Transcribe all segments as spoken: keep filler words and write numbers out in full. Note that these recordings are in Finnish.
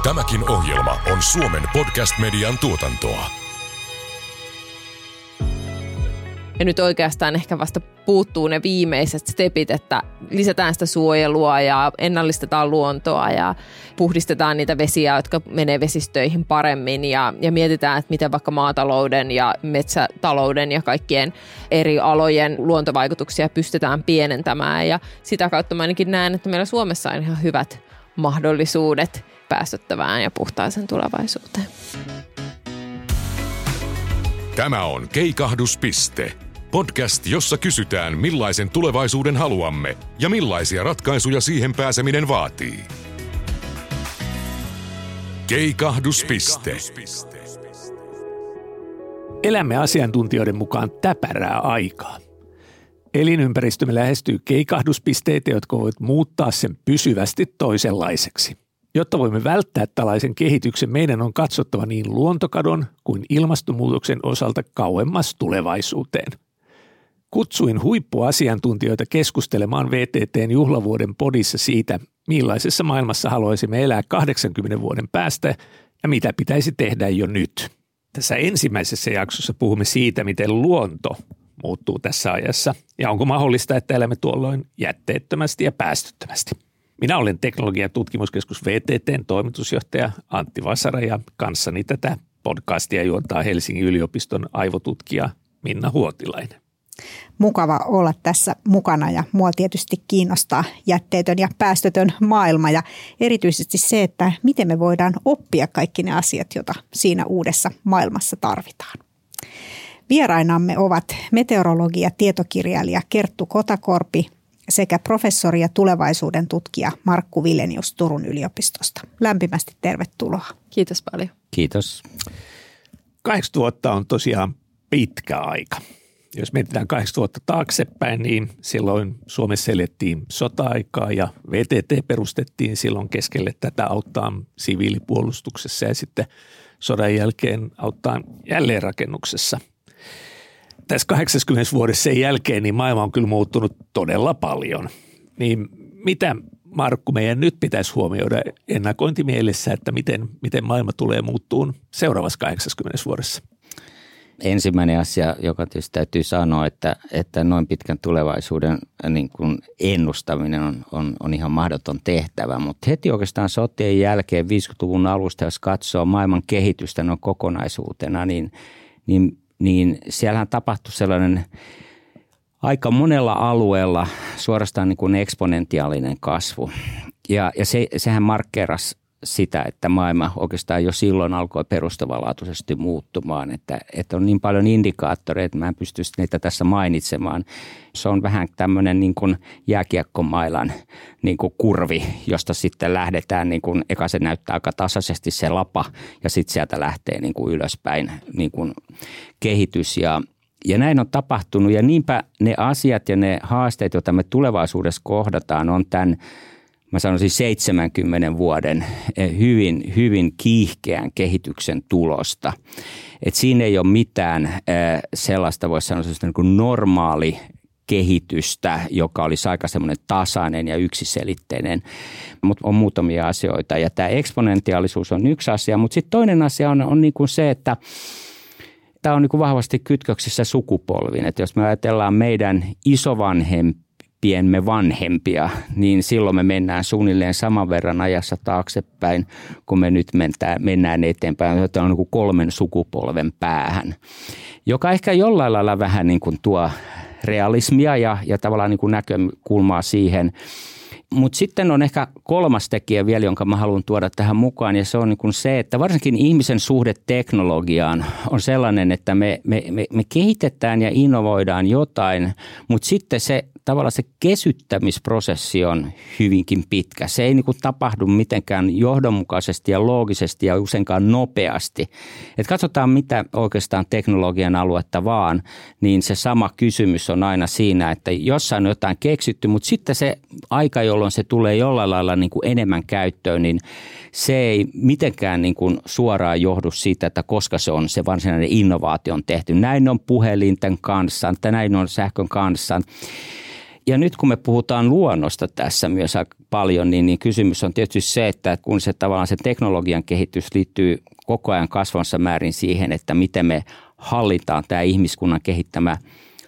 Tämäkin ohjelma on Suomen podcast-median tuotantoa. Ja nyt oikeastaan ehkä vasta puuttuu ne viimeiset stepit, että lisätään sitä suojelua ja ennallistetaan luontoa ja puhdistetaan niitä vesiä, jotka menee vesistöihin paremmin ja, ja mietitään, että miten vaikka maatalouden ja metsätalouden ja kaikkien eri alojen luontovaikutuksia pystytään pienentämään. Ja sitä kautta mä ainakin näen, että meillä Suomessa on ihan hyvät mahdollisuudet päästöttävään ja puhtaaseen tulevaisuuteen. Tämä on Keikahdus.piste. Podcast, jossa kysytään, millaisen tulevaisuuden haluamme ja millaisia ratkaisuja siihen pääseminen vaatii. Keikahdus.piste. Elämme asiantuntijoiden mukaan täpärää aikaa. Elinympäristömme lähestyy keikahduspisteitä, jotka voivat muuttaa sen pysyvästi toisenlaiseksi. Jotta voimme välttää tällaisen kehityksen, meidän on katsottava niin luontokadon kuin ilmastonmuutoksen osalta kauemmas tulevaisuuteen. Kutsuin huippuasiantuntijoita keskustelemaan V T T:n juhlavuoden podissa siitä, millaisessa maailmassa haluaisimme elää kahdeksankymmenen vuoden päästä ja mitä pitäisi tehdä jo nyt. Tässä ensimmäisessä jaksossa puhumme siitä, miten luonto muuttuu tässä ajassa ja onko mahdollista, että elämme tuolloin jätteettömästi ja päästöttömästi. Minä olen Teknologian tutkimuskeskus V T T:n toimitusjohtaja Antti Vasara ja kanssani tätä podcastia juontaa Helsingin yliopiston aivotutkija Minna Huotilainen. Mukava olla tässä mukana ja mua tietysti kiinnostaa jätteetön ja päästötön maailma ja erityisesti se, että miten me voidaan oppia kaikki ne asiat, joita siinä uudessa maailmassa tarvitaan. Vierainamme ovat meteorologi ja tietokirjailija Kerttu Kotakorpi sekä professori ja tulevaisuuden tutkija Markku Vilenius Turun yliopistosta. Lämpimästi tervetuloa. Kiitos paljon. Kiitos. kahdeksankymmentä vuotta on tosiaan pitkä aika. Jos mietitään kahdeksankymmentä vuotta taaksepäin, niin silloin Suomessa elettiin sota-aikaa ja V T T perustettiin silloin keskelle tätä auttaa siviilipuolustuksessa ja sitten sodan jälkeen auttaa jälleenrakennuksessa. Tässä kahdeksankymmentä vuodessa sen jälkeen niin maailma on kyllä muuttunut todella paljon. Niin mitä, Markku, meidän nyt pitäisi huomioida ennakointimielessä, että miten, miten maailma tulee muuttuun seuraavassa kahdeksankymmentä vuodessa? Ensimmäinen asia, joka tietysti täytyy sanoa, että, että noin pitkän tulevaisuuden niin kuin ennustaminen on, on, on ihan mahdoton tehtävä, mutta heti oikeastaan sotien jälkeen viisikymmentäluvun alusta, jos katsoo maailman kehitystä noin kokonaisuutena, niin, niin, niin siellähän tapahtui sellainen aika monella alueella suorastaan niin kuin eksponentiaalinen kasvu ja, ja se, sehän markkeerasi sitä, että maailma oikeastaan jo silloin alkoi perustavanlaatuisesti muuttumaan, että, että on niin paljon indikaattoreita, että mä en pystyisi niitä tässä mainitsemaan. Se on vähän tämmöinen niin kuin jääkiekkomailan niin kuin kurvi, josta sitten lähdetään, niin kuin, eka se näyttää aika tasaisesti se lapa ja sitten sieltä lähtee niin kuin ylöspäin niin kuin kehitys ja Ja näin on tapahtunut ja niinpä ne asiat ja ne haasteet, joita me tulevaisuudessa kohdataan, on tämän mä sanoisin seitsemänkymmenen vuoden hyvin, hyvin kiihkeän kehityksen tulosta. Et siinä ei ole mitään sellaista, voisi sanoa niin kuin normaali kehitystä, joka olisi aika semmoinen tasainen ja yksiselitteinen, mutta on muutamia asioita. Ja tämä eksponentiaalisuus on yksi asia, mutta sitten toinen asia on, on niin kuin se, että tämä on niin kuin vahvasti kytköksissä sukupolviin. Että jos me ajatellaan meidän isovanhempia, piemme vanhempia, niin silloin me mennään suunnilleen saman verran ajassa taaksepäin, kun me nyt mentään, mennään eteenpäin. Tämä on niin kuin kolmen sukupolven päähän, joka ehkä jollain lailla vähän niin kuin tuo realismia ja, ja tavallaan niin kuin näkökulmaa siihen. Mutta sitten on ehkä kolmas tekijä vielä, jonka mä haluan tuoda tähän mukaan, ja se on niin kuin se, että varsinkin ihmisen suhde teknologiaan on sellainen, että me, me, me, me kehitetään ja innovoidaan jotain, mutta sitten se tavallaan se kesyttämisprosessi on hyvinkin pitkä. Se ei niin kuin tapahdu mitenkään johdonmukaisesti ja loogisesti ja useinkaan nopeasti. Et katsotaan mitä oikeastaan teknologian aluetta vaan, niin se sama kysymys on aina siinä, että jossain on jotain keksitty, mutta sitten se aika, jolloin se tulee jollain lailla niin kuin enemmän käyttöön, niin se ei mitenkään niin kuin suoraan johdu siitä, että koska se on se varsinainen innovaatio on tehty. Näin on puhelinten kanssa, näin on sähkön kanssa. ja nyt kun me puhutaan luonnosta tässä myös aika paljon, niin, niin kysymys on tietysti se, että kun se tavallaan se teknologian kehitys liittyy koko ajan kasvavassa määrin siihen, että miten me hallitaan tämä ihmiskunnan kehittämä,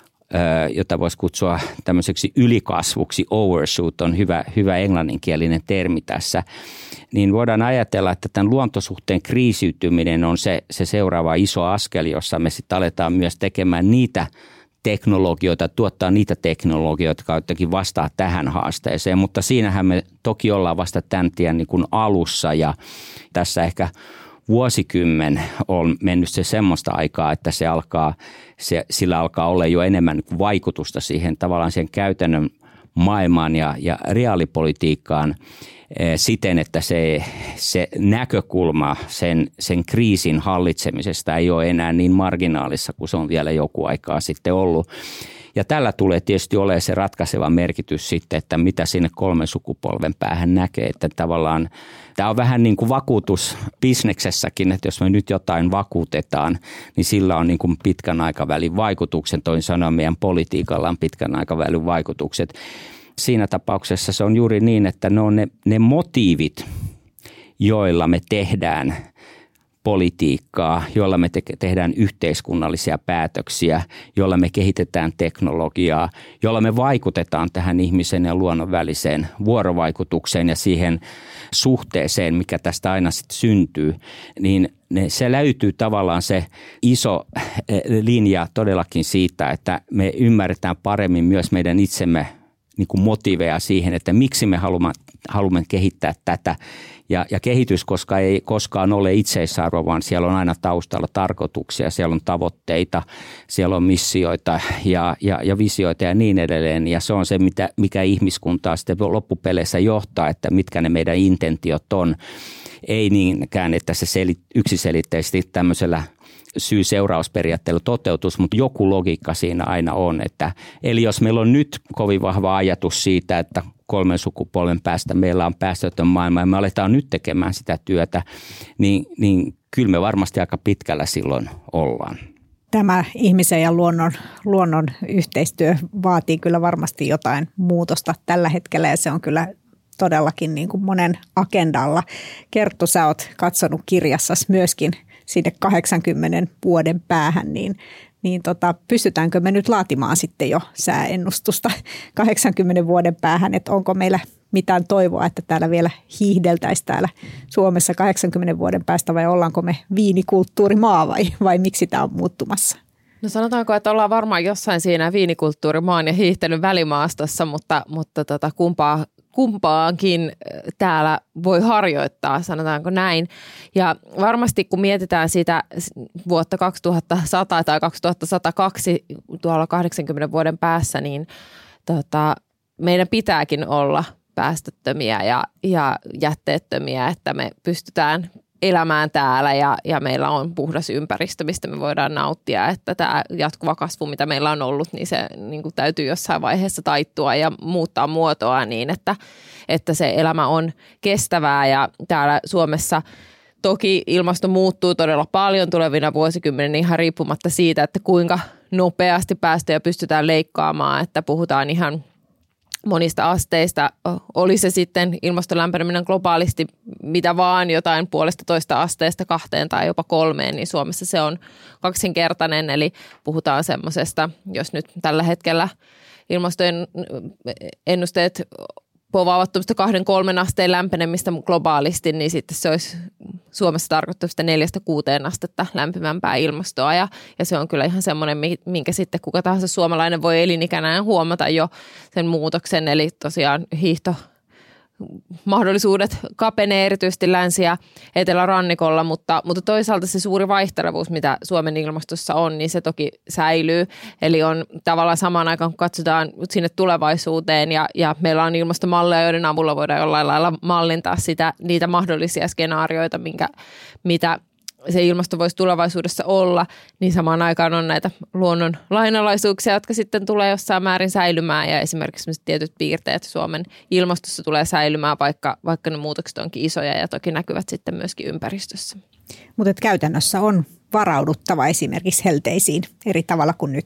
jota voisi kutsua tämmöiseksi ylikasvuksi, overshoot on hyvä, hyvä englanninkielinen termi tässä, niin voidaan ajatella, että tämän luontosuhteen kriisiytyminen on se, se seuraava iso askel, jossa me sitten aletaan myös tekemään niitä teknologioita, tuottaa niitä teknologioita, jotka jotenkin vastaa tähän haasteeseen, mutta siinähän me toki ollaan vasta tämän tien niin kuin alussa ja tässä ehkä vuosikymmen on mennyt se semmoista aikaa, että se alkaa, se, sillä alkaa olla jo enemmän vaikutusta siihen tavallaan sen käytännön maailmaan ja, ja reaalipolitiikkaan e, siten, että se, se näkökulma sen, sen kriisin hallitsemisesta ei ole enää niin marginaalissa kuin se on vielä joku aikaa sitten ollut. Ja tällä tulee tietysti olemaan se ratkaiseva merkitys sitten, että mitä sinne kolmen sukupolven päähän näkee, että tavallaan tämä on vähän niin kuin vakuutusbisneksessäkin, että jos me nyt jotain vakuutetaan, niin sillä on niin kuin pitkän aikavälin vaikutuksen, toisin sanoen meidän politiikalla on pitkän aikavälin vaikutukset. Siinä tapauksessa se on juuri niin, että ne on ne, ne motiivit, joilla me tehdään politiikkaa, jolla me te- tehdään yhteiskunnallisia päätöksiä, jolla me kehitetään teknologiaa, jolla me vaikutetaan tähän ihmisen ja luonnon väliseen vuorovaikutukseen ja siihen suhteeseen, mikä tästä aina sitten syntyy, niin ne, se löytyy tavallaan se iso linja todellakin siitä, että me ymmärretään paremmin myös meidän itsemme niin kuin motiiveja siihen, että miksi me haluamme, haluamme kehittää tätä. Ja, ja kehitys, koska ei koskaan ole itseisarvo, vaan siellä on aina taustalla tarkoituksia, siellä on tavoitteita, siellä on missioita ja, ja, ja visioita ja niin edelleen. Ja se on se, mitä, mikä ihmiskuntaa sitten loppupeleissä johtaa, että mitkä ne meidän intentiot on. Ei niinkään, että se selit, yksiselitteisesti tämmöisellä syy-seurausperiaatteella toteutus, mutta joku logiikka siinä aina on. Että, eli jos meillä on nyt kovin vahva ajatus siitä, että kolmen sukupolven päästä meillä on päästötön maailma ja me aletaan nyt tekemään sitä työtä, niin, niin kyllä me varmasti aika pitkällä silloin ollaan. Tämä ihmisen ja luonnon, luonnon yhteistyö vaatii kyllä varmasti jotain muutosta tällä hetkellä ja se on kyllä todellakin niin kuin monen agendalla. Kerttu, sä oot katsonut kirjassasi myöskin sinne kahdeksankymmenen vuoden päähän, niin, niin tota, pystytäänkö me nyt laatimaan sitten jo sääennustusta kahdeksankymmenen vuoden päähän, että onko meillä mitään toivoa, että täällä vielä hiihdeltäisiin täällä Suomessa kahdeksankymmenen vuoden päästä vai ollaanko me viinikulttuurimaa vai, vai miksi tämä on muuttumassa? No sanotaanko, että ollaan varmaan jossain siinä viinikulttuurimaan ja hiihtelyn välimaastossa, mutta, mutta tota, kumpaa kumpaankin täällä voi harjoittaa, sanotaanko näin. Ja varmasti kun mietitään sitä vuotta kaksituhattasata tai kaksituhattasataakaksi tuolla kahdeksankymmenen vuoden päässä, niin tota, meidän pitääkin olla päästöttömiä ja, ja jätteettömiä, että me pystytään elämään täällä ja, ja meillä on puhdas ympäristö, mistä me voidaan nauttia, että tämä jatkuva kasvu, mitä meillä on ollut, niin se niin kuin täytyy jossain vaiheessa taittua ja muuttaa muotoa niin, että, että se elämä on kestävää ja täällä Suomessa toki ilmasto muuttuu todella paljon tulevina vuosikymmeninä ihan riippumatta siitä, että kuinka nopeasti päästöjä pystytään leikkaamaan, että puhutaan ihan monista asteista, oli se sitten ilmaston lämpeneminen globaalisti mitä vaan, jotain puolesta toista asteesta kahteen tai jopa kolmeen, niin Suomessa se on kaksinkertainen, eli puhutaan semmoisesta, jos nyt tällä hetkellä ilmastojen ennusteet povaavat tuommoista kahden kolmen asteen lämpenemistä globaalisti, niin sitten se olisi Suomessa tarkoittaa sitä neljästä kuuteen astetta lämpimämpää ilmastoa ja, ja se on kyllä ihan semmoinen, minkä sitten kuka tahansa suomalainen voi elinikänään huomata jo sen muutoksen, eli tosiaan hiihto mahdollisuudet kapenee erityisesti länsi- ja etelärannikolla, mutta, mutta toisaalta se suuri vaihtelevuus, mitä Suomen ilmastossa on, niin se toki säilyy. Eli on tavallaan samaan aikaan, kun katsotaan sinne tulevaisuuteen ja, ja meillä on ilmastomalleja, joiden avulla voidaan jollain lailla mallintaa sitä, niitä mahdollisia skenaarioita, minkä, mitä se ilmasto voisi tulevaisuudessa olla, niin samaan aikaan on näitä luonnon lainalaisuuksia, jotka sitten tulee jossain määrin säilymään ja esimerkiksi tietyt piirteet Suomen ilmastossa tulee säilymään, vaikka, vaikka ne muutokset onkin isoja ja toki näkyvät sitten myöskin ympäristössä. Mutta käytännössä on varauduttava esimerkiksi helteisiin eri tavalla kuin nyt.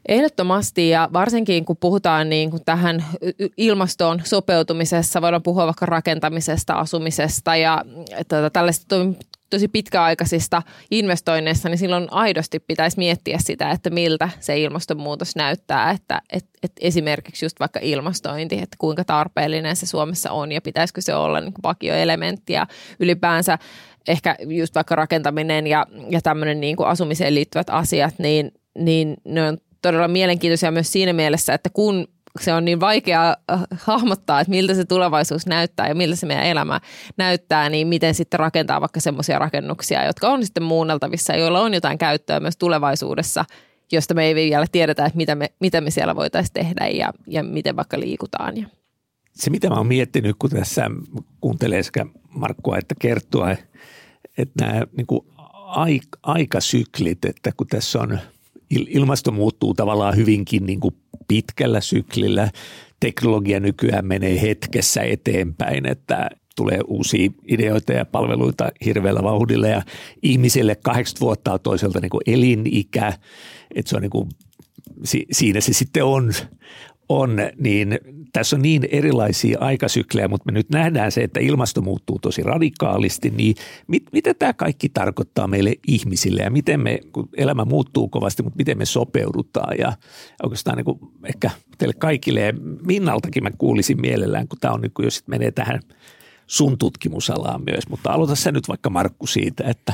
Ehdottomasti, ja varsinkin kun puhutaan niin kuin tähän ilmastoon sopeutumisessa, voidaan puhua vaikka rakentamisesta, asumisesta ja tuota, tällaista tosi pitkäaikaisista investoinneista, niin silloin aidosti pitäisi miettiä sitä, että miltä se ilmastonmuutos näyttää, että et, et esimerkiksi just vaikka ilmastointi, että kuinka tarpeellinen se Suomessa on ja pitäisikö se olla niin kuin vakioelementti ja ylipäänsä ehkä just vaikka rakentaminen ja, ja tämmöinen niin kuin asumiseen liittyvät asiat, niin, niin ne on todella mielenkiintoisia myös siinä mielessä, että kun se on niin vaikea hahmottaa, että miltä se tulevaisuus näyttää ja miltä se meidän elämä näyttää, niin miten sitten rakentaa vaikka semmoisia rakennuksia, jotka on sitten muunneltavissa ja joilla on jotain käyttöä myös tulevaisuudessa, josta me ei vielä tiedetä, että mitä me, mitä me siellä voitaisiin tehdä ja, ja miten vaikka liikutaan. Se, mitä mä oon miettinyt, kun tässä kuuntelee sekä Markkua että Kerttua, että nämä niin kuin aik- aikasyklit, että kun tässä on ilmasto muuttuu tavallaan hyvinkin niin kuin pitkällä syklillä. Teknologia nykyään menee hetkessä eteenpäin, että tulee uusia ideoita ja palveluita hirveällä vauhdilla ja ihmisille kahdeksankymmentä vuotta on toiselta niin kuin elinikä, että se on niin kuin, siinä se sitten on, on, niin tässä on niin erilaisia aikasyklejä, mutta me nyt nähdään se, että ilmasto muuttuu tosi radikaalisti, niin mit, mitä tämä kaikki tarkoittaa meille ihmisille ja miten me, kun elämä muuttuu kovasti, mutta miten me sopeudutaan ja oikeastaan niin kuin ehkä teille kaikille ja Minnaltakin mä kuulisin mielellään, kun tämä on nyt, kun jos menee tähän sun tutkimusalaan myös, mutta aloita sä nyt vaikka Markku siitä, että.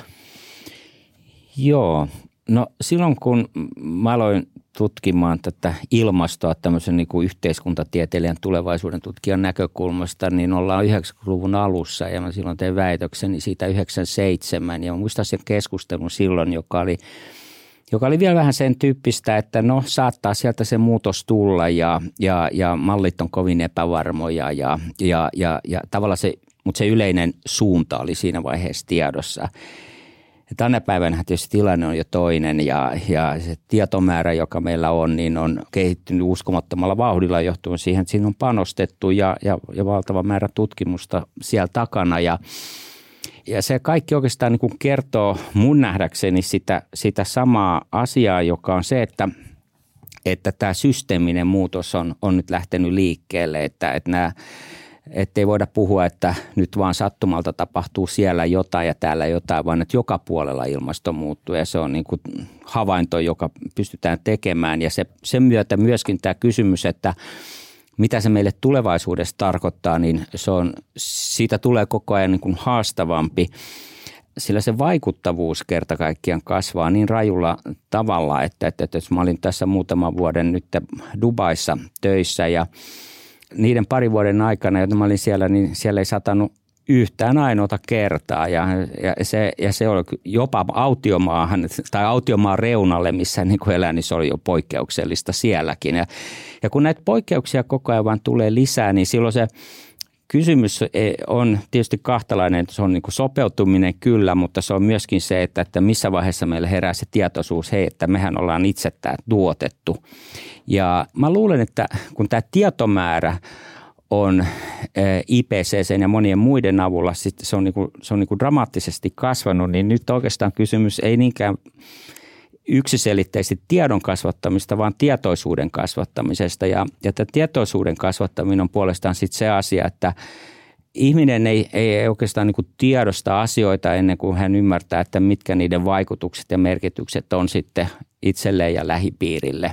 Joo, no silloin kun mä aloin tutkimaan tätä ilmastoa tämmöisen niin kuin yhteiskuntatieteilijän tulevaisuuden tutkijan näkökulmasta, niin ollaan yhdeksänkymmentäluvun alussa ja mä silloin tein väitökseni siitä yhdeksänkymmentäseitsemän ja muistan sen keskustelun silloin, joka oli, joka oli vielä vähän sen tyyppistä, että no saattaa sieltä se muutos tulla ja, ja, ja mallit on kovin epävarmoja ja, ja, ja, ja tavallaan se, mutta se yleinen suunta oli siinä vaiheessa tiedossa. Tänä päivänä tietysti tilanne on jo toinen ja, ja se tietomäärä, joka meillä on, niin on kehittynyt uskomattomalla vauhdilla johtuen siihen, että siinä on panostettu ja, ja, ja valtava määrä tutkimusta siellä takana. Ja, ja se kaikki oikeastaan niin kuin kertoo mun nähdäkseni sitä, sitä samaa asiaa, joka on se, että, että tämä systeeminen muutos on, on nyt lähtenyt liikkeelle, että, että nämä Että ei voida puhua, että nyt vaan sattumalta tapahtuu siellä jotain ja täällä jotain, vaan että joka puolella ilmasto muuttuu ja se on niin kuin havainto, joka pystytään tekemään. Ja se, sen myötä myöskin tämä kysymys, että mitä se meille tulevaisuudessa tarkoittaa, niin se on, siitä tulee koko ajan niin kuin haastavampi, sillä se vaikuttavuus kerta kaikkiaan kasvaa niin rajulla tavalla, että, että, että jos mä olin tässä muutaman vuoden nyt Dubaissa töissä ja niiden parin vuoden aikana, joita mä olin siellä, niin siellä ei satanut yhtään ainoata kertaa ja, ja, se, ja se oli jopa autiomaahan tai autiomaan reunalle, missä niin kuin elää, niin se oli jo poikkeuksellista sielläkin. Ja, ja kun näitä poikkeuksia koko ajan vaan tulee lisää, niin silloin se kysymys on tietysti kahtalainen, se on niin kuin sopeutuminen kyllä, mutta se on myöskin se, että, että missä vaiheessa meillä herää se tietoisuus, hei, että mehän ollaan itse tämä tuotettu. Ja mä luulen, että kun tämä tietomäärä on I P C C ja monien muiden avulla, sitten se on, niin kuin, se on niin kuin dramaattisesti kasvanut, niin nyt oikeastaan kysymys ei niinkään yksiselitteisesti tiedon kasvattamista, vaan tietoisuuden kasvattamisesta. Ja, ja tämä tietoisuuden kasvattaminen on puolestaan sitten se asia, että ihminen ei, ei oikeastaan niin kuin tiedosta asioita ennen kuin hän ymmärtää, että mitkä niiden vaikutukset ja merkitykset on sitten itselleen ja lähipiirille.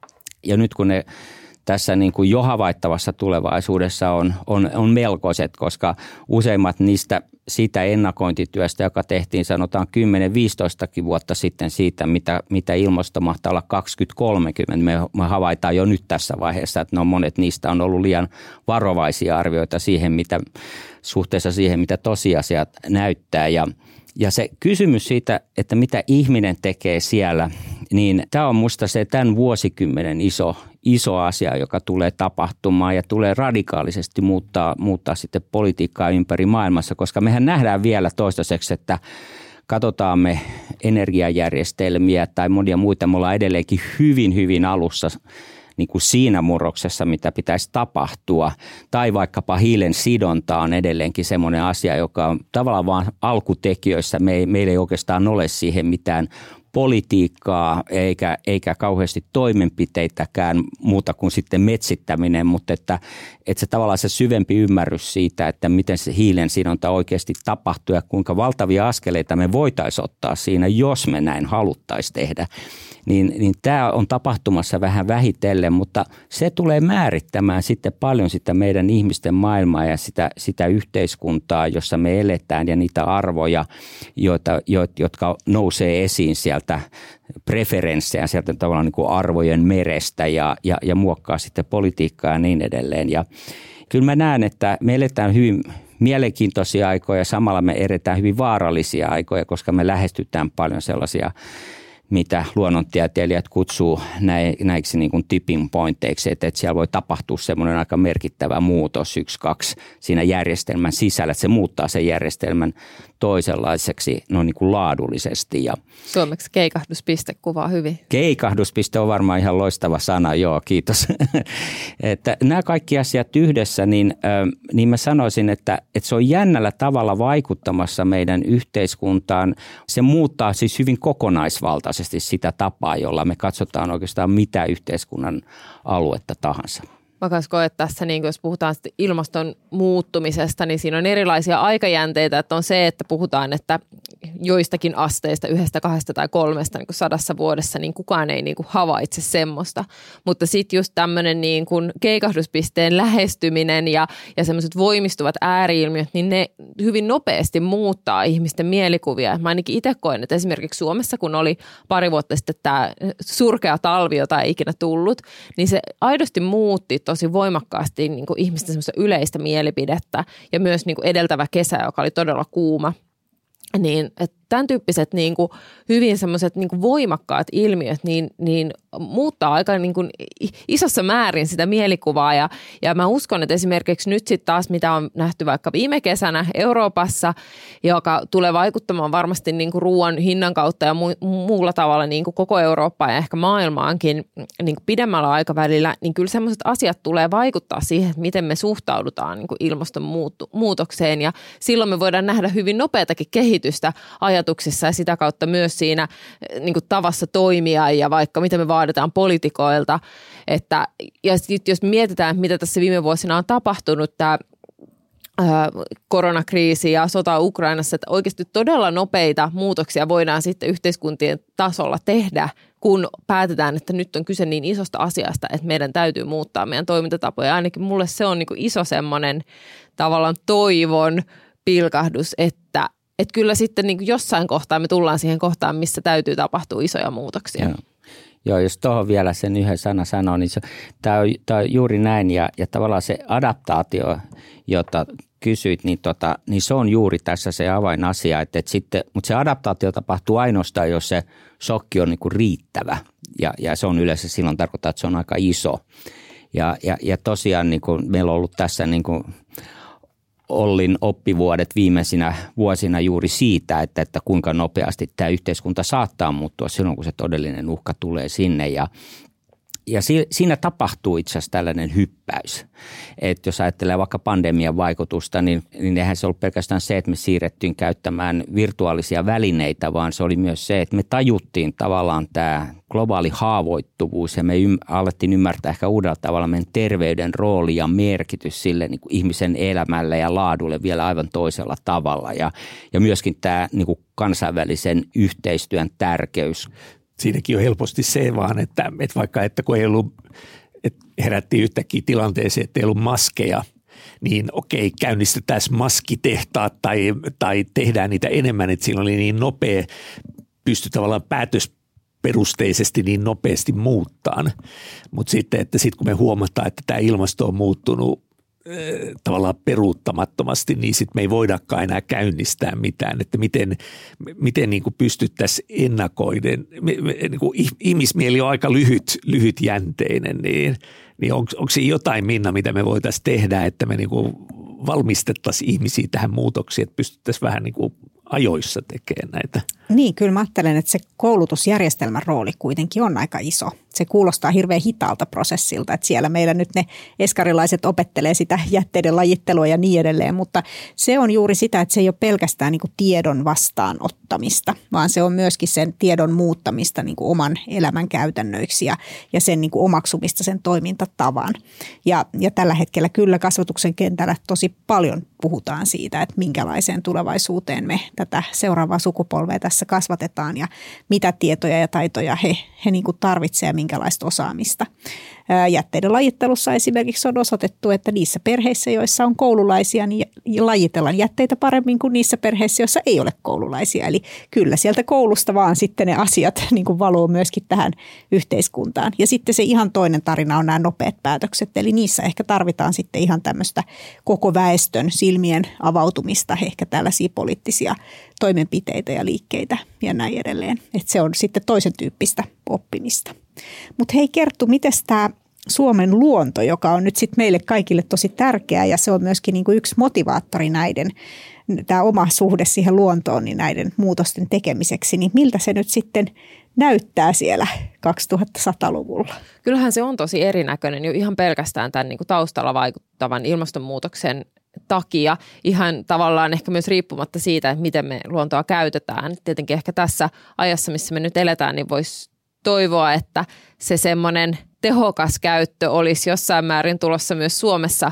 Ja nyt kun ne tässä niin kuin jo havaittavassa tulevaisuudessa on, on, on melkoiset, koska useimmat niistä siitä ennakointityöstä, joka tehtiin sanotaan kymmenen viisitoista vuotta sitten siitä, mitä, mitä ilmasto mahtaa olla kaksikymmentä kolmekymmentä. Me, me havaitaan jo nyt tässä vaiheessa, että no monet niistä on ollut liian varovaisia arvioita siihen, mitä, suhteessa siihen, mitä tosiasiat näyttää. Ja, ja se kysymys siitä, että mitä ihminen tekee siellä, niin tämä on musta se tämän vuosikymmenen iso, iso asia, joka tulee tapahtumaan ja tulee radikaalisesti muuttaa, muuttaa sitten politiikkaa ympäri maailmassa, koska mehän nähdään vielä toistaiseksi, että katsotaan me energiajärjestelmiä tai monia muita, me ollaan edelleenkin hyvin, hyvin alussa niin kuin siinä murroksessa, mitä pitäisi tapahtua. Tai vaikkapa hiilen sidonta on edelleenkin semmoinen asia, joka on tavallaan vaan alkutekijöissä. Me ei, meillä ei oikeastaan ole siihen mitään politiikkaa eikä, eikä kauheasti toimenpiteitäkään muuta kuin sitten metsittäminen, mutta että, että se tavallaan se syvempi ymmärrys siitä, että miten se hiilen sidonta oikeasti tapahtuu ja kuinka valtavia askeleita me voitaisiin ottaa siinä, jos me näin haluttaisiin tehdä. Niin, niin tämä on tapahtumassa vähän vähitellen, mutta se tulee määrittämään sitten paljon sitä meidän ihmisten maailmaa ja sitä, sitä yhteiskuntaa, jossa me eletään ja niitä arvoja, joita, jotka nousee esiin sieltä preferenssejä, sieltä tavallaan niin kuin arvojen merestä ja, ja, ja muokkaa sitten politiikkaa ja niin edelleen. Ja kyllä mä näen, että me eletään hyvin mielenkiintoisia aikoja ja samalla me edetään hyvin vaarallisia aikoja, koska me lähestytään paljon sellaisia, mitä luonnontieteilijät kutsuu näiksi niin kuin tipping pointteiksi, että, että siellä voi tapahtua semmoinen aika merkittävä muutos, yksi, kaksi siinä järjestelmän sisällä, että se muuttaa sen järjestelmän toisenlaiseksi noin niin kuin laadullisesti. Ja suomeksi keikahduspiste kuvaa hyvin. Keikahduspiste on varmaan ihan loistava sana, joo, kiitos. Että nämä kaikki asiat yhdessä, niin, niin mä sanoisin, että, että se on jännällä tavalla vaikuttamassa meidän yhteiskuntaan. Se muuttaa siis hyvin kokonaisvaltaisesti sitä tapaa, jolla me katsotaan oikeastaan mitä yhteiskunnan aluetta tahansa. Mä kanssa koen, että tässä, niin jos puhutaan ilmaston muuttumisesta, niin siinä on erilaisia aikajänteitä. Että on se, että puhutaan, että joistakin asteista, yhdestä, kahdesta tai kolmesta niin kuin sadassa vuodessa, niin kukaan ei niin kuin havaitse semmoista. Mutta sitten just tämmöinen niin kuin keikahduspisteen lähestyminen ja, ja semmoiset voimistuvat ääriilmiöt, niin ne hyvin nopeasti muuttaa ihmisten mielikuvia. Mä ainakin itse koen, että esimerkiksi Suomessa, kun oli pari vuotta sitten tämä surkea talvi, jota ei ikinä tullut, niin se aidosti muutti tosi voimakkaasti niin kuin ihmisten semmoista yleistä mielipidettä ja myös niin kuin edeltävä kesä, joka oli todella kuuma. Niin, että tämän tyyppiset niin kuin hyvin semmoiset niin kuin voimakkaat ilmiöt niin, niin muuttaa aika niin kuin isossa määrin sitä mielikuvaa ja, ja mä uskon, että esimerkiksi nyt sitten taas mitä on nähty vaikka viime kesänä Euroopassa, joka tulee vaikuttamaan varmasti niin kuin ruoan hinnan kautta ja mu- muulla tavalla niin kuin koko Eurooppaan ja ehkä maailmaankin niin kuin pidemmällä aikavälillä, niin kyllä semmoiset asiat tulee vaikuttaa siihen, että miten me suhtaudutaan niin kuin ilmastonmuutokseen ja silloin me voidaan nähdä hyvin nopeatakin kehitystä ajatuksissa ja sitä kautta myös siinä niin kuin tavassa toimia ja vaikka mitä me vaaditaan poliitikoilta. Että, ja sitten jos mietitään, mitä tässä viime vuosina on tapahtunut, tämä ää, koronakriisi ja sota Ukrainassa, että oikeasti todella nopeita muutoksia voidaan sitten yhteiskuntien tasolla tehdä, kun päätetään, että nyt on kyse niin isosta asiasta, että meidän täytyy muuttaa meidän toimintatapoja. Ainakin mulle se on niin kuin iso semmoinen tavallaan toivon pilkahdus, että Että kyllä sitten niin kuin jossain kohtaa me tullaan siihen kohtaan, missä täytyy tapahtua isoja muutoksia. Joo, Joo jos tuohon vielä sen yhden sana sanoo, niin tämä on, on juuri näin. Ja, ja tavallaan se adaptaatio, jota kysyit, niin, tota, niin se on juuri tässä se avainasia. Että, että sitten, mutta se adaptaatio tapahtuu ainoastaan, jos se shokki on niin kuin riittävä. Ja, ja se on yleensä silloin tarkoittaa, että se on aika iso. Ja, ja, ja tosiaan niin kuin meillä on ollut tässä niin kuin Ollin oppivuodet viimeisinä vuosina juuri siitä, että, että kuinka nopeasti tämä yhteiskunta saattaa muuttua silloin, kun se todellinen uhka tulee sinne. Ja, ja si, siinä tapahtuu itse asiassa tällainen hyppäys. Että jos ajattelee vaikka pandemian vaikutusta, niin, niin eihän se ollut pelkästään se, että me siirrettiin käyttämään virtuaalisia välineitä, vaan se oli myös se, että me tajuttiin tavallaan tämä globaali haavoittuvuus ja me ym, alettiin ymmärtää ehkä uudella tavalla meidän terveyden rooli ja merkitys sille niin kuin ihmisen elämälle ja laadulle vielä aivan toisella tavalla. Ja, ja myöskin tämä niin kuin kansainvälisen yhteistyön tärkeys. Siinäkin on helposti se vaan, että, että vaikka että kun ei ollut, että herättiin yhtäkkiä tilanteeseen, että ei ollut maskeja, niin okei, käynnistetään maskitehtaat tai, tai tehdään niitä enemmän, että siinä oli niin nopea, pysty tavallaan päätösperusteisesti niin nopeasti muuttaan. Mutta sitten, että sitten kun me huomataan, että tämä ilmasto on muuttunut tavallaan peruuttamattomasti, niin sitten me ei voidakaan enää käynnistää mitään, että miten, miten niin kuin pystyttäisiin ennakoiden, niin kuin ihmismieli on aika lyhyt, lyhytjänteinen, niin, niin onko, onko siinä jotain, Minna, mitä me voitaisiin tehdä, että me niin kuin valmistettaisiin ihmisiä tähän muutoksiin, että pystyttäisiin vähän niin kuin ajoissa tekee näitä. Niin, kyllä mä ajattelen, että se koulutusjärjestelmän rooli kuitenkin on aika iso. Se kuulostaa hirveän hitaalta prosessilta, että siellä meillä nyt ne eskarilaiset opettelee sitä jätteiden lajittelua ja niin edelleen, mutta se on juuri sitä, että se ei ole pelkästään niin kuin tiedon vastaanottamista, vaan se on myöskin sen tiedon muuttamista niin kuin oman elämän käytännöiksi ja, ja sen niin kuin omaksumista sen toimintatavan. Ja, ja tällä hetkellä kyllä kasvatuksen kentällä tosi paljon puhutaan siitä, että minkälaiseen tulevaisuuteen me tätä seuraavaa sukupolvea tässä kasvatetaan ja mitä tietoja ja taitoja he, he niin kuin tarvitsevat ja minkälaista osaamista. Jätteiden lajittelussa esimerkiksi on osoitettu, että niissä perheissä, joissa on koululaisia, niin lajitellaan jätteitä paremmin kuin niissä perheissä, joissa ei ole koululaisia. Eli kyllä sieltä koulusta vaan sitten ne asiat niin kuin valuu myöskin tähän yhteiskuntaan. Ja sitten se ihan toinen tarina on nämä nopeat päätökset. Eli niissä ehkä tarvitaan sitten ihan tämmöistä koko väestön silmien avautumista, ehkä tällaisia poliittisia toimenpiteitä ja liikkeitä ja näin edelleen. Että se on sitten toisen tyyppistä oppimista. Mutta hei Kerttu, miten tämä Suomen luonto, joka on nyt sitten meille kaikille tosi tärkeä ja se on myöskin niinku yksi motivaattori näiden, tämä oma suhde siihen luontoon niin näiden muutosten tekemiseksi, niin miltä se nyt sitten näyttää siellä kaksituhattasataluvulla? Kyllähän se on tosi erinäköinen jo ihan pelkästään tämän niinku taustalla vaikuttavan ilmastonmuutoksen takia, ihan tavallaan ehkä myös riippumatta siitä, että miten me luontoa käytetään. Tietenkin ehkä tässä ajassa, missä me nyt eletään, niin voisi toivoa, että se semmoinen tehokas käyttö olisi jossain määrin tulossa myös Suomessa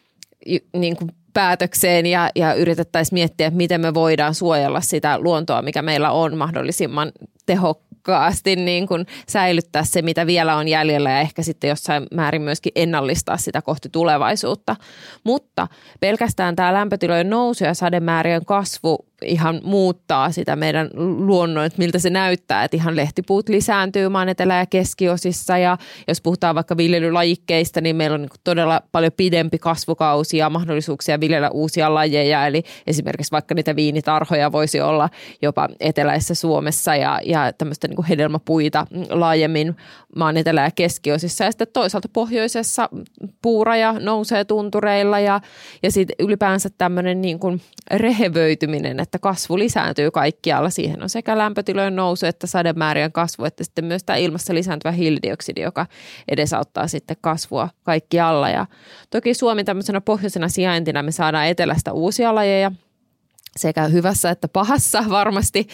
niin kuin päätökseen ja, ja yritettäisiin miettiä, miten me voidaan suojella sitä luontoa, mikä meillä on mahdollisimman tehokkaasti, niin kuin säilyttää se, mitä vielä on jäljellä ja ehkä sitten jossain määrin myöskin ennallistaa sitä kohti tulevaisuutta. Mutta pelkästään tämä lämpötilojen nousu ja sademäärien kasvu ihan muuttaa sitä meidän luonnon, että miltä se näyttää, että ihan lehtipuut lisääntyy maan etelä- ja keskiosissa ja jos puhutaan vaikka viljelylajikkeista, niin meillä on todella paljon pidempi kasvukausi ja mahdollisuuksia viljellä uusia lajeja, eli esimerkiksi vaikka niitä viinitarhoja voisi olla jopa eteläisessä Suomessa ja, ja tämmöistä niin kuin hedelmäpuita laajemmin maan etelä- ja keskiosissa ja sitten toisaalta pohjoisessa puuraja nousee tuntureilla ja, ja sitten ylipäänsä tämmöinen niin kuin rehevöityminen, että kasvu lisääntyy kaikkialla. Siihen on sekä lämpötilojen nousu että sademäärien kasvu, että sitten myös tämä ilmassa lisääntyvä hiilidioksidi, joka edesauttaa sitten kasvua kaikkialla. Ja toki Suomi tämmöisenä pohjoisena sijaintina me saadaan etelästä uusia lajeja, sekä hyvässä että pahassa varmasti.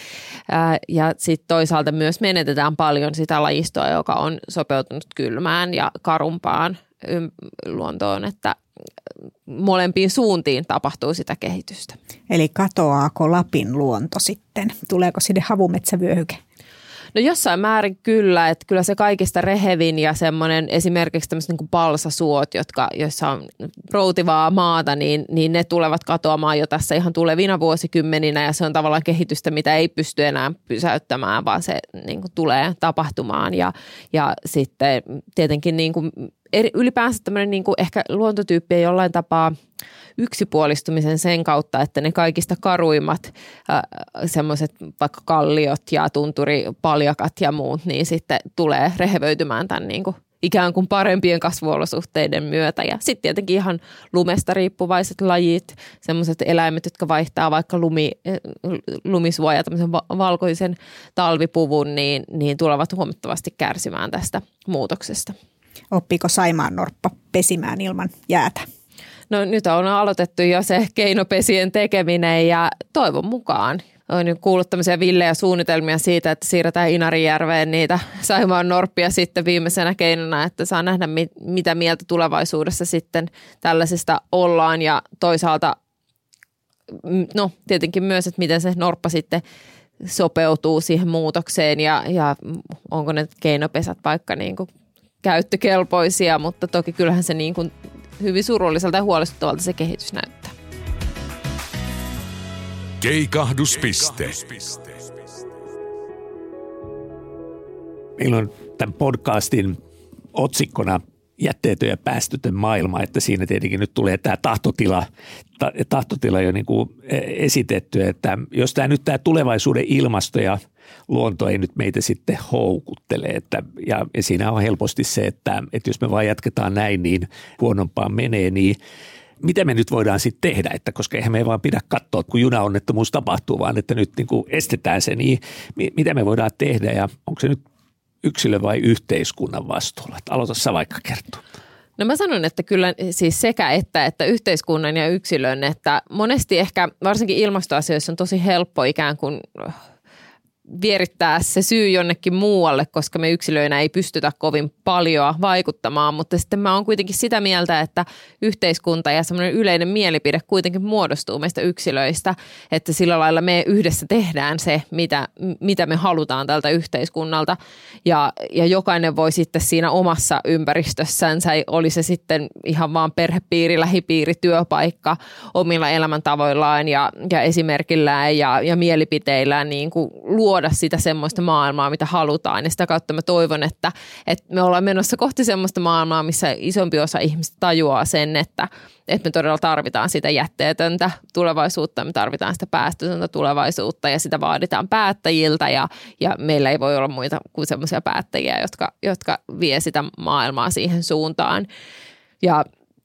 Ja sitten toisaalta myös menetetään paljon sitä lajistoa, joka on sopeutunut kylmään ja karumpaan luontoon, että molempiin suuntiin tapahtuu sitä kehitystä. Eli katoaako Lapin luonto sitten? Tuleeko sinne havumetsävyöhyke? No jossain määrin kyllä, että kyllä se kaikista rehevin ja semmoinen esimerkiksi tämmöiset niin kuin balsasuot, jotka, joissa on routivaa maata, niin, niin ne tulevat katoamaan jo tässä ihan tulevina vuosikymmeninä ja se on tavallaan kehitystä, mitä ei pysty enää pysäyttämään, vaan se niin kuin tulee tapahtumaan ja, ja sitten tietenkin niin kuin eri, ylipäänsä tämmöinen niin kuin ehkä luontotyyppi jollain tapaa yksipuolistumisen sen kautta, että ne kaikista karuimmat äh, semmoiset vaikka kalliot ja tunturipaljakat ja muut, niin sitten tulee rehevöitymään tämän niin kuin ikään kuin parempien kasvuolosuhteiden myötä. Ja sitten tietenkin ihan lumesta riippuvaiset lajit, semmoiset eläimet, jotka vaihtaa vaikka lumi, lumisuoja, tämmöisen valkoisen talvipuvun, niin, niin tulevat huomattavasti kärsimään tästä muutoksesta. Oppiiko saimaannorppa pesimään ilman jäätä? No nyt on aloitettu jo se keinopesien tekeminen ja toivon mukaan. Olen kuullut tämmöisiä villejä suunnitelmia siitä, että siirretään Inarijärveen niitä saimaannorppia sitten viimeisenä keinona, että saa nähdä mitä mieltä tulevaisuudessa sitten tällaisesta ollaan ja toisaalta no tietenkin myös, että miten se norppa sitten sopeutuu siihen muutokseen ja, ja onko ne keinopesät vaikka niin kuin käyttökelpoisia, mutta toki kyllähän se niin kuin hyvin surulliselta ja huolestuttavalta se kehitys näyttää. Keikahduspiste. Meillä on tämän podcastin otsikkona jätteetön ja päästötön maailma, että siinä tietenkin nyt tulee tämä tahtotila, tahtotila jo niin kuin esitetty, että jos tämä nyt tämä tulevaisuuden ilmasto ja luonto ei nyt meitä sitten houkuttele, että, ja, ja siinä on helposti se, että, että jos me vaan jatketaan näin, niin huonompaan menee, niin Miten me nyt voidaan sitten tehdä, että koska eihän me ei vaan pidä katsoa, kun junaonnettomuus tapahtuu, vaan että nyt niin kuin estetään se, niin mitä me voidaan tehdä ja onko se nyt yksilö vai yhteiskunnan vastuulla? Aloita sä vaikka kertoa. No mä sanon, että kyllä siis sekä että, että yhteiskunnan ja yksilön, että monesti ehkä varsinkin ilmastoasioissa on tosi helppo ikään kuin vierittää se syy jonnekin muualle, koska me yksilöinä ei pystytä kovin paljon vaikuttamaan, mutta sitten mä oon kuitenkin sitä mieltä, että yhteiskunta ja semmoinen yleinen mielipide kuitenkin muodostuu meistä yksilöistä, että sillä lailla me yhdessä tehdään se, mitä, mitä me halutaan tältä yhteiskunnalta ja, ja jokainen voi sitten siinä omassa ympäristössänsä, oli se sitten ihan vaan perhepiiri, lähipiiri, työpaikka omilla elämäntavoillaan ja, ja esimerkillään ja, ja mielipiteillään niin kuin luoda sitä semmoista maailmaa, mitä halutaan. Ja sitä kautta mä toivon, että, että me ollaan menossa kohti semmoista maailmaa, missä isompi osa ihmistä tajuaa sen, että, että me todella tarvitaan sitä jätteetöntä tulevaisuutta, me tarvitaan sitä päästötöntä tulevaisuutta ja sitä vaaditaan päättäjiltä ja, ja meillä ei voi olla muita kuin semmoisia päättäjiä, jotka, jotka vie sitä maailmaa siihen suuntaan. Ja,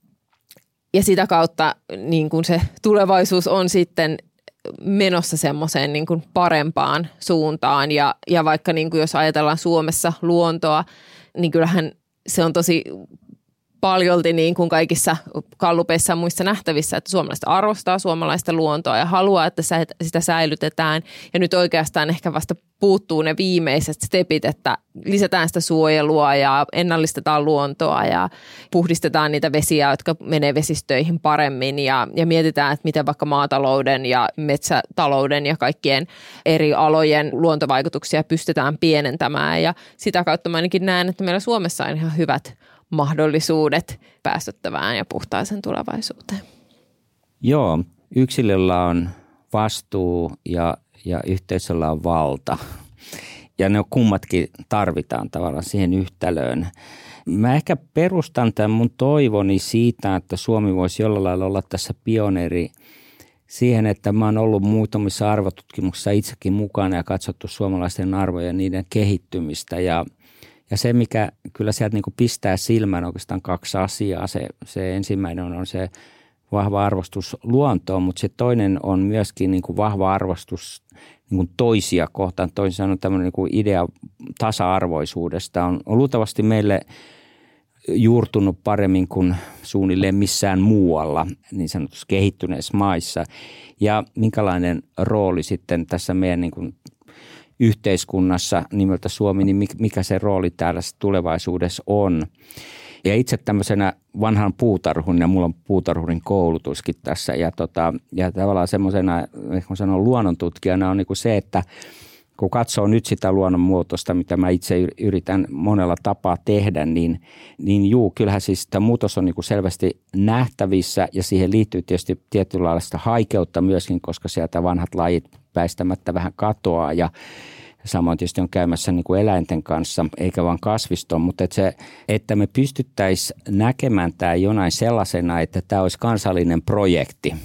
ja sitä kautta niin kuin se tulevaisuus on sitten menossa semmoiseen niin kuin parempaan suuntaan ja, ja vaikka niin kuin jos ajatellaan Suomessa luontoa, niin kyllähän se on tosi paljolti niin kuin kaikissa gallupeissa ja muissa nähtävissä, että suomalaiset arvostaa suomalaista luontoa ja haluaa, että sitä säilytetään. Ja nyt oikeastaan ehkä vasta puuttuu ne viimeiset stepit, että lisätään sitä suojelua ja ennallistetaan luontoa ja puhdistetaan niitä vesiä, jotka menee vesistöihin paremmin ja, ja mietitään, että miten vaikka maatalouden ja metsätalouden ja kaikkien eri alojen luontovaikutuksia pystytään pienentämään. Ja sitä kautta mä ainakin näen, että meillä Suomessa on ihan hyvät mahdollisuudet päästöttävään ja puhtaaseen tulevaisuuteen. Joo, yksilöllä on vastuu ja, ja yhteisöllä on valta. Ja ne kummatkin tarvitaan tavallaan siihen yhtälöön. Mä ehkä perustan tämän mun toivoni siitä, että Suomi voisi jollain lailla olla tässä pioneeri siihen, että mä oon ollut muutamissa arvotutkimuksissa itsekin mukana ja katsottu suomalaisten arvoja ja niiden kehittymistä ja Ja se, mikä kyllä sieltä niin kuin pistää silmään oikeastaan kaksi asiaa. Se, se ensimmäinen on, on se vahva arvostus luontoon, mutta se toinen on myöskin niin kuin vahva arvostus niin kuin toisia kohtaan. Toisin sanoen tämmöinen niin kuin idea tasa-arvoisuudesta on, on luultavasti meille juurtunut paremmin kuin suunnilleen missään muualla niin sanotussa kehittyneissä maissa. Ja minkälainen rooli sitten tässä meidän niin kuin yhteiskunnassa nimeltä Suomi, niin mikä se rooli täällä tulevaisuudessa on. Ja itse tämmöisenä vanhan puutarhun, ja mulla on puutarhurin koulutuskin tässä, ja, tota, ja tavallaan semmoisena, ehkä mä sanon luonnontutkijana on niin kuin se, että kun katsoo nyt sitä luonnonmuutosta, mitä mä itse yritän monella tapaa tehdä, niin, niin juu, kyllähän siis tämä muutos on niin kuin selvästi nähtävissä, ja siihen liittyy tietysti tietynlaista haikeutta myöskin, koska sieltä vanhat lajit väistämättä vähän katoaa, ja samoin tietysti on käymässä niin kuin eläinten kanssa, eikä vaan kasviston, mutta että, se, että me pystyttäisiin näkemään tämä jonain sellaisena, että tämä olisi kansallinen projekti,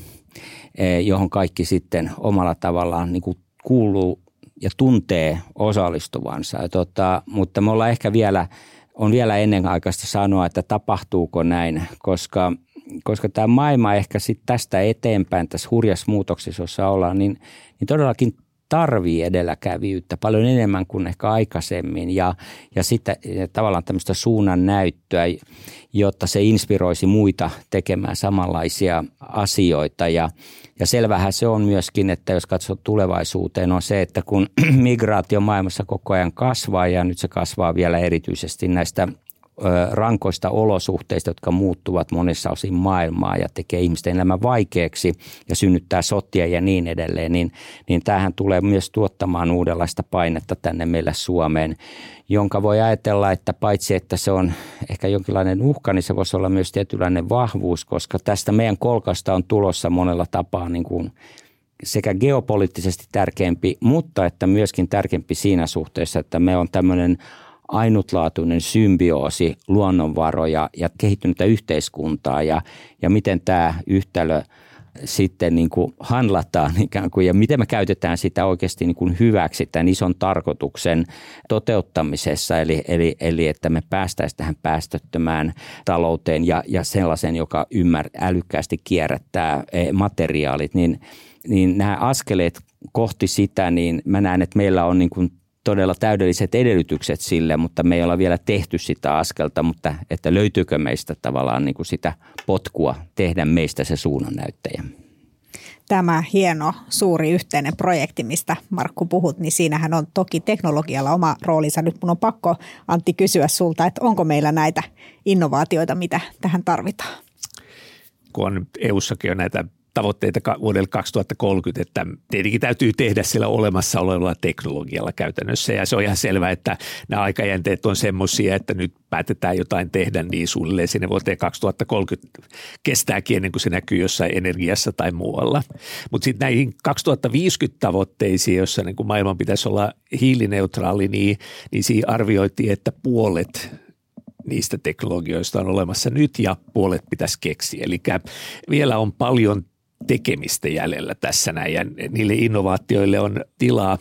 johon kaikki sitten omalla tavallaan niin kuin kuuluu ja tuntee osallistuvansa. Ja tota, mutta me ollaan ehkä vielä, on vielä ennenaikaista sanoa, että tapahtuuko näin, koska, koska tämä maailma ehkä sitten tästä eteenpäin, tässä hurjassa muutoksessa, jossa ollaan, niin, niin todellakin tarvii edelläkävijyyttä paljon enemmän kuin ehkä aikaisemmin ja, ja sitä ja tavallaan tämmöistä suunnan näyttöä, jotta se inspiroisi muita tekemään samanlaisia asioita. Ja, ja selvähän se on myöskin, että jos katsoo tulevaisuuteen, on se, että kun migraatio maailmassa koko ajan kasvaa ja nyt se kasvaa vielä erityisesti näistä rankoista olosuhteista, jotka muuttuvat monessa osin maailmaa ja tekee ihmisten elämän vaikeaksi ja synnyttää sotia ja niin edelleen, niin, niin tämähän tulee myös tuottamaan uudenlaista painetta tänne meillä Suomeen, jonka voi ajatella, että paitsi että se on ehkä jonkinlainen uhka, niin se voisi olla myös tietynlainen vahvuus, koska tästä meidän kolkasta on tulossa monella tapaa niin kuin sekä geopoliittisesti tärkeämpi, mutta että myöskin tärkeämpi siinä suhteessa, että me on tämmöinen ainutlaatuinen symbioosi luonnonvaroja ja kehittynyttä yhteiskuntaa ja, ja miten tämä yhtälö sitten niin kuin handlataan ikään kuin ja miten me käytetään sitä oikeasti niin kuin hyväksi tämän ison tarkoituksen toteuttamisessa, eli, eli, eli että me päästäisiin tähän päästöttömään talouteen ja, ja sellaisen, joka ymmär, älykkäästi kierrättää materiaalit, niin, niin nämä askeleet kohti sitä, niin mä näen, että meillä on niin kuin todella täydelliset edellytykset sille, mutta me ei olla vielä tehty sitä askelta, mutta että löytyykö meistä tavallaan niin kuin sitä potkua tehdä meistä se suunnannäyttäjä. Tämä hieno suuri yhteinen projekti, mistä Markku puhut, niin siinähän on toki teknologialla oma roolinsa. Nyt mun on pakko, Antti, kysyä sulta, että onko meillä näitä innovaatioita, mitä tähän tarvitaan? Kun on E U:ssakin jo näitä tavoitteita vuodelle kaksituhattakolmekymmentä, että tietenkin täytyy tehdä sillä olemassa olevalla teknologialla käytännössä ja se on ihan selvää, että nämä aikajänteet on semmoisia, että nyt päätetään jotain tehdä niin suunnilleen sinne vuoteen kaksituhattakolmekymmentä kestääkin ennen kuin se näkyy jossain energiassa tai muualla. Mutta sitten näihin kaksituhattaviisikymmentä tavoitteisiin, joissa niin kuin maailman pitäisi olla hiilineutraali, niin, niin siinä arvioitiin, että puolet niistä teknologioista on olemassa nyt ja puolet pitäisi keksiä. Eli vielä on paljon tekemistä jäljellä tässä näin ja niille innovaatioille on tilaa.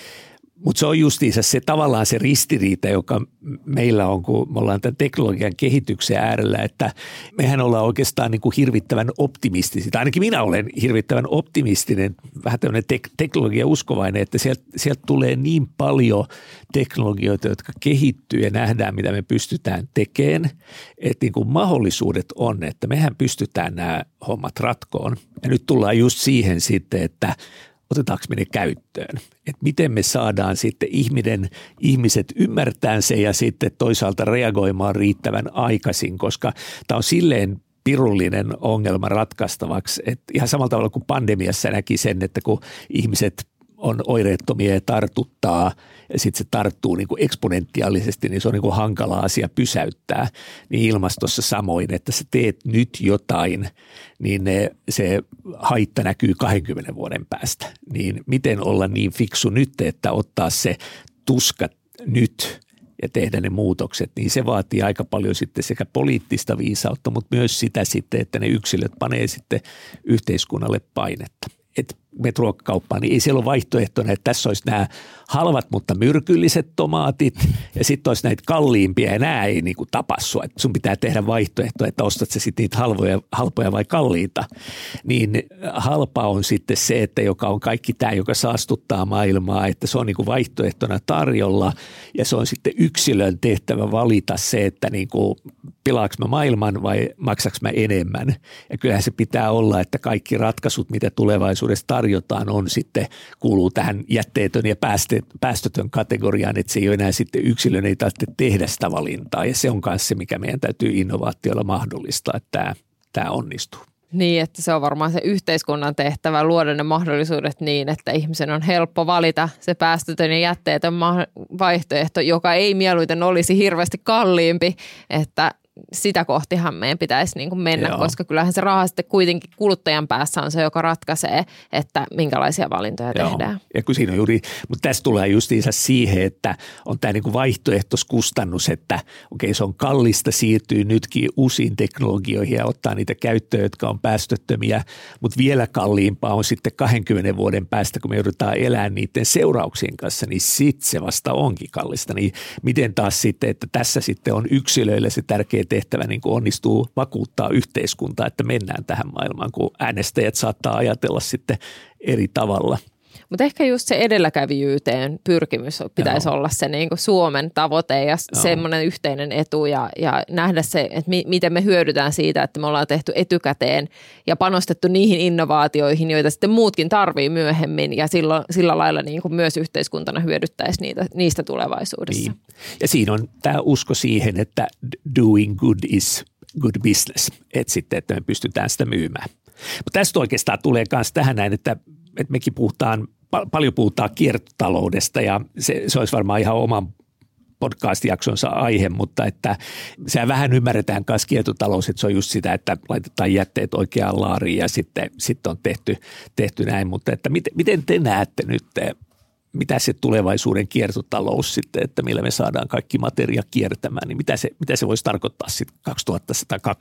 Mutta se on justiinsa se tavallaan se ristiriita, joka meillä on, kun me ollaan tämän teknologian kehityksen äärellä, että mehän ollaan oikeastaan niin kuin hirvittävän optimistisia. Ainakin minä olen hirvittävän optimistinen, vähän tämmöinen tek- teknologia-uskovainen, että sieltä, sieltä tulee niin paljon teknologioita, jotka kehittyy ja nähdään, mitä me pystytään tekemään, että niin kuin mahdollisuudet on, että mehän pystytään nämä hommat ratkoon. Ja nyt tullaan just siihen sitten, että otetaanko me ne käyttöön, että miten me saadaan sitten ihminen, ihmiset ymmärtämään se ja sitten toisaalta reagoimaan riittävän aikaisin, koska tämä on silleen pirullinen ongelma ratkaistavaksi, että ihan samalla tavalla kuin pandemiassa näki sen, että kun ihmiset on oireettomia ja tartuttaa ja sitten se tarttuu niin kuin eksponentiaalisesti, niin se on niin kuin hankala asia pysäyttää. Niin ilmastossa samoin, että sä teet nyt jotain, niin ne, se haitta näkyy kahdenkymmenen vuoden päästä. Niin miten olla niin fiksu nyt, että ottaa se tuska nyt ja tehdä ne muutokset, niin se vaatii aika paljon sitten sekä poliittista viisautta, mutta myös sitä sitten, että ne yksilöt panee sitten yhteiskunnalle painetta. Että menet ruokakauppaan, niin ei siellä ole vaihtoehtona, että tässä olisi nämä halvat, mutta myrkylliset tomaatit ja sitten olisi näitä kalliimpia ja nämä ei niin kuin tapa sua. Että sun pitää tehdä vaihtoehto, että ostat sä sitten niitä halvoja, halpoja vai kalliita. Niin halpa on sitten se, että joka on kaikki tämä, joka saastuttaa maailmaa, että se on niin kuin vaihtoehtona tarjolla ja se on sitten yksilön tehtävä valita se, että niin kuin pilaaks mä maailman vai maksaks mä enemmän. Ja kyllähän se pitää olla, että kaikki ratkaisut, mitä tulevaisuudessa tarjotaan, on sitten, kuuluu tähän jätteetön ja päästötön kategoriaan, että se ei ole enää sitten yksilön, ei tarvitse tehdä sitä valintaa. Ja se on myös se, mikä meidän täytyy innovaatiolla mahdollistaa, että tämä, tämä onnistuu. Niin, että se on varmaan se yhteiskunnan tehtävä luoda ne mahdollisuudet niin, että ihmisen on helppo valita se päästötön ja jätteetön vaihtoehto, joka ei mieluiten olisi hirveästi kalliimpi, että sitä kohtihan meidän pitäisi niin kuin mennä, Joo. koska kyllähän se raha sitten kuitenkin kuluttajan päässä on se, joka ratkaisee, että minkälaisia valintoja Joo. tehdään. Ja kun siinä on juuri, mutta tässä tulee justiinsa siihen, että on tämä niin kuin vaihtoehtoiskustannus, että okei, se on kallista siirtyy nytkin uusiin teknologioihin ja ottaa niitä käyttöön, jotka on päästöttömiä, mutta vielä kalliimpaa on sitten kahdenkymmenen vuoden päästä, kun me joudutaan elämään niiden seurauksien kanssa, niin sitten se vasta onkin kallista. Niin miten taas sitten, että tässä sitten on yksilöille se tärkeä tehtävä niin kuin onnistuu vakuuttaa yhteiskuntaa, että mennään tähän maailmaan, kun äänestäjät saattaa ajatella sitten eri tavalla. Mutta ehkä just se edelläkävijyyteen pyrkimys pitäisi Joo. olla se niin kuin Suomen tavoite ja Joo. semmoinen yhteinen etu ja, ja nähdä se, että mi, miten me hyödytään siitä, että me ollaan tehty etukäteen ja panostettu niihin innovaatioihin, joita sitten muutkin tarvii myöhemmin ja silloin, sillä lailla niin kuin myös yhteiskuntana hyödyttäisi niitä, niistä tulevaisuudessa. Niin. Ja siinä on tämä usko siihen, että doing good is good business, että sitten, että me pystytään sitä myymään. Mutta tästä oikeastaan tulee myös tähän näin, että että mekin puhutaan, paljon puhutaan kiertotaloudesta ja se, se olisi varmaan ihan oman podcast-jaksonsa aihe, mutta että sehän vähän ymmärretään myös kiertotalous, että se on just sitä, että laitetaan jätteet oikeaan laariin ja sitten, sitten on tehty, tehty näin, mutta että miten, miten te näette nyt, mitä se tulevaisuuden kiertotalous sitten, että millä me saadaan kaikki materia kiertämään, niin mitä se, mitä se voisi tarkoittaa sitten kaksituhattasatakaksi?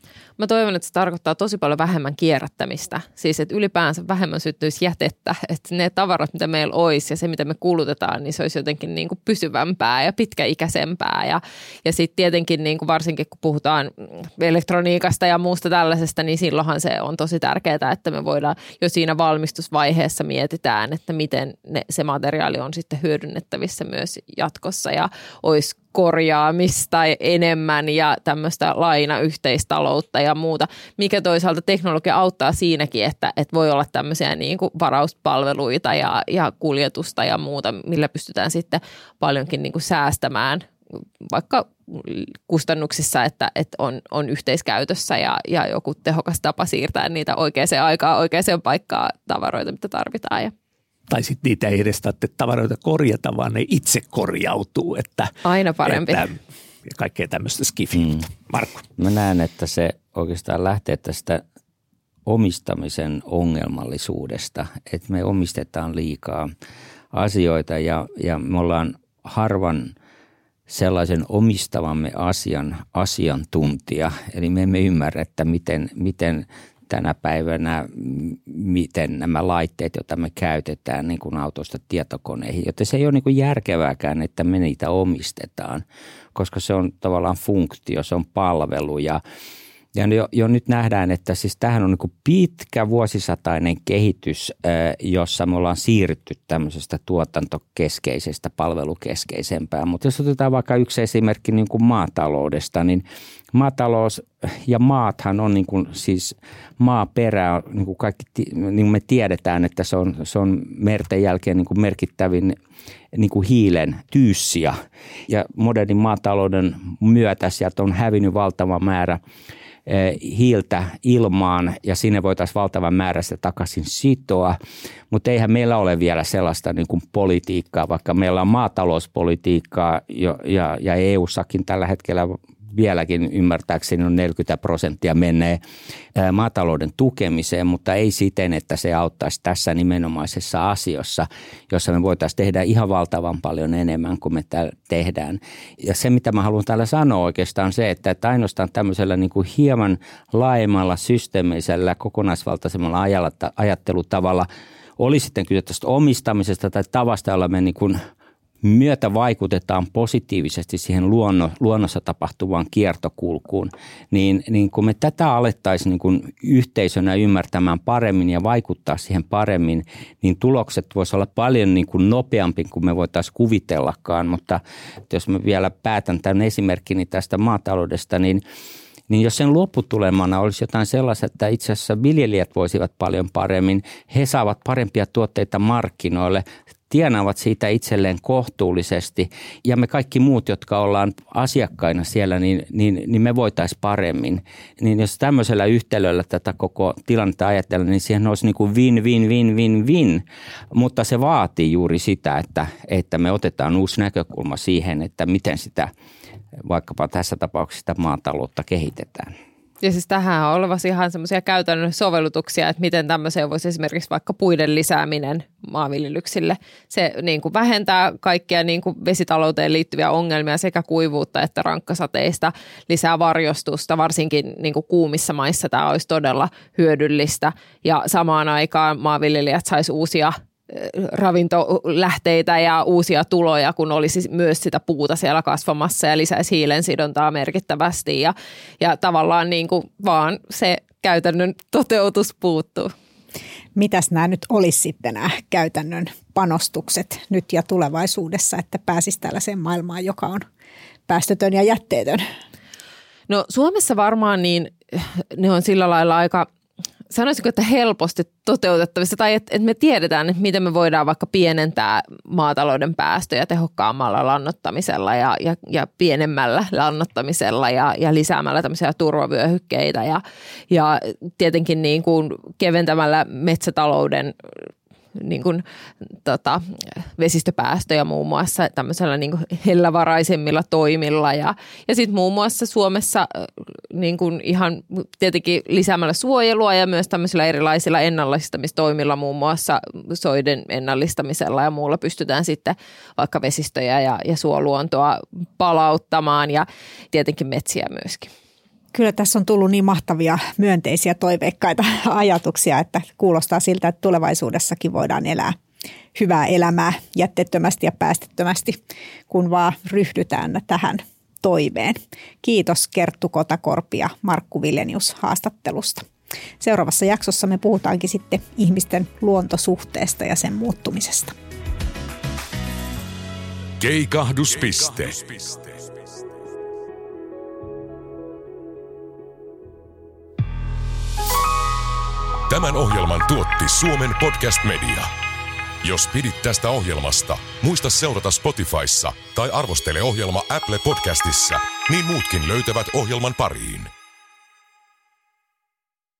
Mä toivon, että se tarkoittaa tosi paljon vähemmän kierrättämistä. Siis, että ylipäänsä vähemmän syttyisi jätettä. Että ne tavarat, mitä meillä olisi ja se, mitä me kulutetaan, niin se olisi jotenkin niin kuin pysyvämpää ja pitkäikäisempää. Ja, ja sitten tietenkin niin kuin varsinkin, kun puhutaan elektroniikasta ja muusta tällaisesta, niin silloinhan se on tosi tärkeää, että me voidaan jo siinä valmistusvaiheessa mietitään, että miten ne, se materiaali on sitten hyödynnettävissä myös jatkossa ja olisi korjaamista enemmän ja tämmöistä lainayhteistaloutta ja muuta, mikä toisaalta teknologia auttaa siinäkin, että, että voi olla tämmöisiä niin kuin varauspalveluita ja, ja kuljetusta ja muuta, millä pystytään sitten paljonkin niin kuin säästämään vaikka kustannuksissa, että, että on, on yhteiskäytössä ja, ja joku tehokas tapa siirtää niitä oikeaan aikaan, oikeaan paikkaan tavaroita, mitä tarvitaan. Ja tai sitten niitä ei edes tarvitse tavaroita korjata, vaan ne itse korjautuu. Että, aina parempi. Että, ja kaikkea tämmöistä skifiä. Mm. Markku. Mä näen, että se oikeastaan lähtee tästä omistamisen ongelmallisuudesta, että me omistetaan liikaa asioita ja, ja me ollaan harvan sellaisen omistavamme asian asiantuntija. Eli me emme ymmärrä, että miten, miten tänä päivänä, miten nämä laitteet, joita me käytetään niin kuin autosta tietokoneihin, joten se ei ole niin kuin järkevääkään, että me niitä omistetaan, koska se on tavallaan funktio, se on palvelu ja, ja jo, jo nyt nähdään, että siis tämähän on niin kuin pitkä vuosisatainen kehitys, jossa me ollaan siirrytty tämmöisestä tuotantokeskeisestä palvelukeskeisempään, mutta jos otetaan vaikka yksi esimerkki niin kuin maataloudesta, niin maatalous ja maathan on niin kuin siis maaperä, niin kuin kaikki, niin kuin me tiedetään, että se on, se on merten jälkeen niin kuin merkittävin niin kuin hiilen tyyssiä. Ja modernin maatalouden myötä sieltä on hävinnyt valtava määrä hiiltä ilmaan ja sinne voitaisiin valtavan määrä sitä takaisin sitoa, mutta eihän meillä ole vielä sellaista niin kuin politiikkaa, vaikka meillä on maatalouspolitiikkaa ja, ja E U-sakin tällä hetkellä vieläkin ymmärtääkseni on neljäkymmentä prosenttia menee maatalouden tukemiseen, mutta ei siten, että se auttaisi tässä nimenomaisessa asiassa, jossa me voitaisiin tehdä ihan valtavan paljon enemmän kuin me täällä tehdään. Ja se, mitä mä haluan täällä sanoa oikeastaan on se, että ainoastaan tämmöisellä niin kuin hieman laajemmalla systeemisellä kokonaisvaltaisemmalla ajattelutavalla oli sitten kyse tästä omistamisesta tai tavasta, jolla me niin kuin myötä vaikutetaan positiivisesti siihen luonno, luonnossa tapahtuvaan kiertokulkuun, niin, niin kun me tätä alettaisiin niin kun yhteisönä ymmärtämään paremmin ja vaikuttaa siihen paremmin, niin tulokset voisivat olla paljon niin kun nopeampi kuin me voitaisiin kuvitellakaan, mutta jos mä vielä päätän tämän esimerkkini tästä maataloudesta, niin niin jos sen lopputulemana olisi jotain sellaista, että itse asiassa viljelijät voisivat paljon paremmin, he saavat parempia tuotteita markkinoille, tienaavat siitä itselleen kohtuullisesti ja me kaikki muut, jotka ollaan asiakkaina siellä, niin, niin, niin me voitaisiin paremmin. Niin jos tämmöisellä yhtälöllä tätä koko tilannetta ajatellaan, niin siihen olisi niin kuin win, win, win, win, win. Mutta se vaatii juuri sitä, että, että me otetaan uusi näkökulma siihen, että miten sitä vaikkapa tässä tapauksessa sitä maataloutta kehitetään. Ja siis tähän on olevassa ihan semmoisia käytännön sovellutuksia, että miten tämmöiseen voisi esimerkiksi vaikka puiden lisääminen maanviljelyksille. Se niin kuin vähentää kaikkia niin kuin vesitalouteen liittyviä ongelmia sekä kuivuutta että rankkasateista, lisää varjostusta, varsinkin niin kuin kuumissa maissa tämä olisi todella hyödyllistä. Ja samaan aikaan maanviljelijät saisi uusia ravintolähteitä ja uusia tuloja, kun olisi myös sitä puuta siellä kasvamassa ja lisäisi hiilensidontaa merkittävästi ja, ja tavallaan niin kuin vaan se käytännön toteutus puuttuu. Mitäs nämä nyt olisi sitten nämä käytännön panostukset nyt ja tulevaisuudessa, että pääsisi tällaiseen maailmaan, joka on päästötön ja jätteetön? No Suomessa varmaan niin ne on sillä lailla aika, sanoisinko, että helposti toteutettavissa tai että, että me tiedetään, että miten me voidaan vaikka pienentää maatalouden päästöjä tehokkaammalla lannoittamisella ja, ja, ja pienemmällä lannoittamisella ja, ja lisäämällä tämmöisiä turvavyöhykkeitä ja, ja tietenkin niin kuin keventämällä metsätalouden niin kuin, tota, vesistöpäästöjä muun muassa tämmöisellä niin kuin hellävaraisemmilla toimilla ja, ja sitten muun muassa Suomessa niin kuin ihan tietenkin lisäämällä suojelua ja myös tämmöisillä erilaisilla ennallistamistoimilla muun muassa soiden ennallistamisella ja muulla pystytään sitten vaikka vesistöjä ja, ja suoluontoa palauttamaan ja tietenkin metsiä myöskin. Kyllä tässä on tullut niin mahtavia, myönteisiä, toiveikkaita ajatuksia, että kuulostaa siltä, että tulevaisuudessakin voidaan elää hyvää elämää jätteettömästi ja päästettömästi, kun vaan ryhdytään tähän toimeen. Kiitos Kerttu Kotakorpi ja Markku Vilenius haastattelusta. Seuraavassa jaksossa me puhutaankin sitten ihmisten luontosuhteesta ja sen muuttumisesta. Keikahduspiste. Tämän ohjelman tuotti Suomen Podcast Media. Jos pidit tästä ohjelmasta, muista seurata Spotifyssa tai arvostele ohjelma Apple Podcastissa, niin muutkin löytävät ohjelman pariin.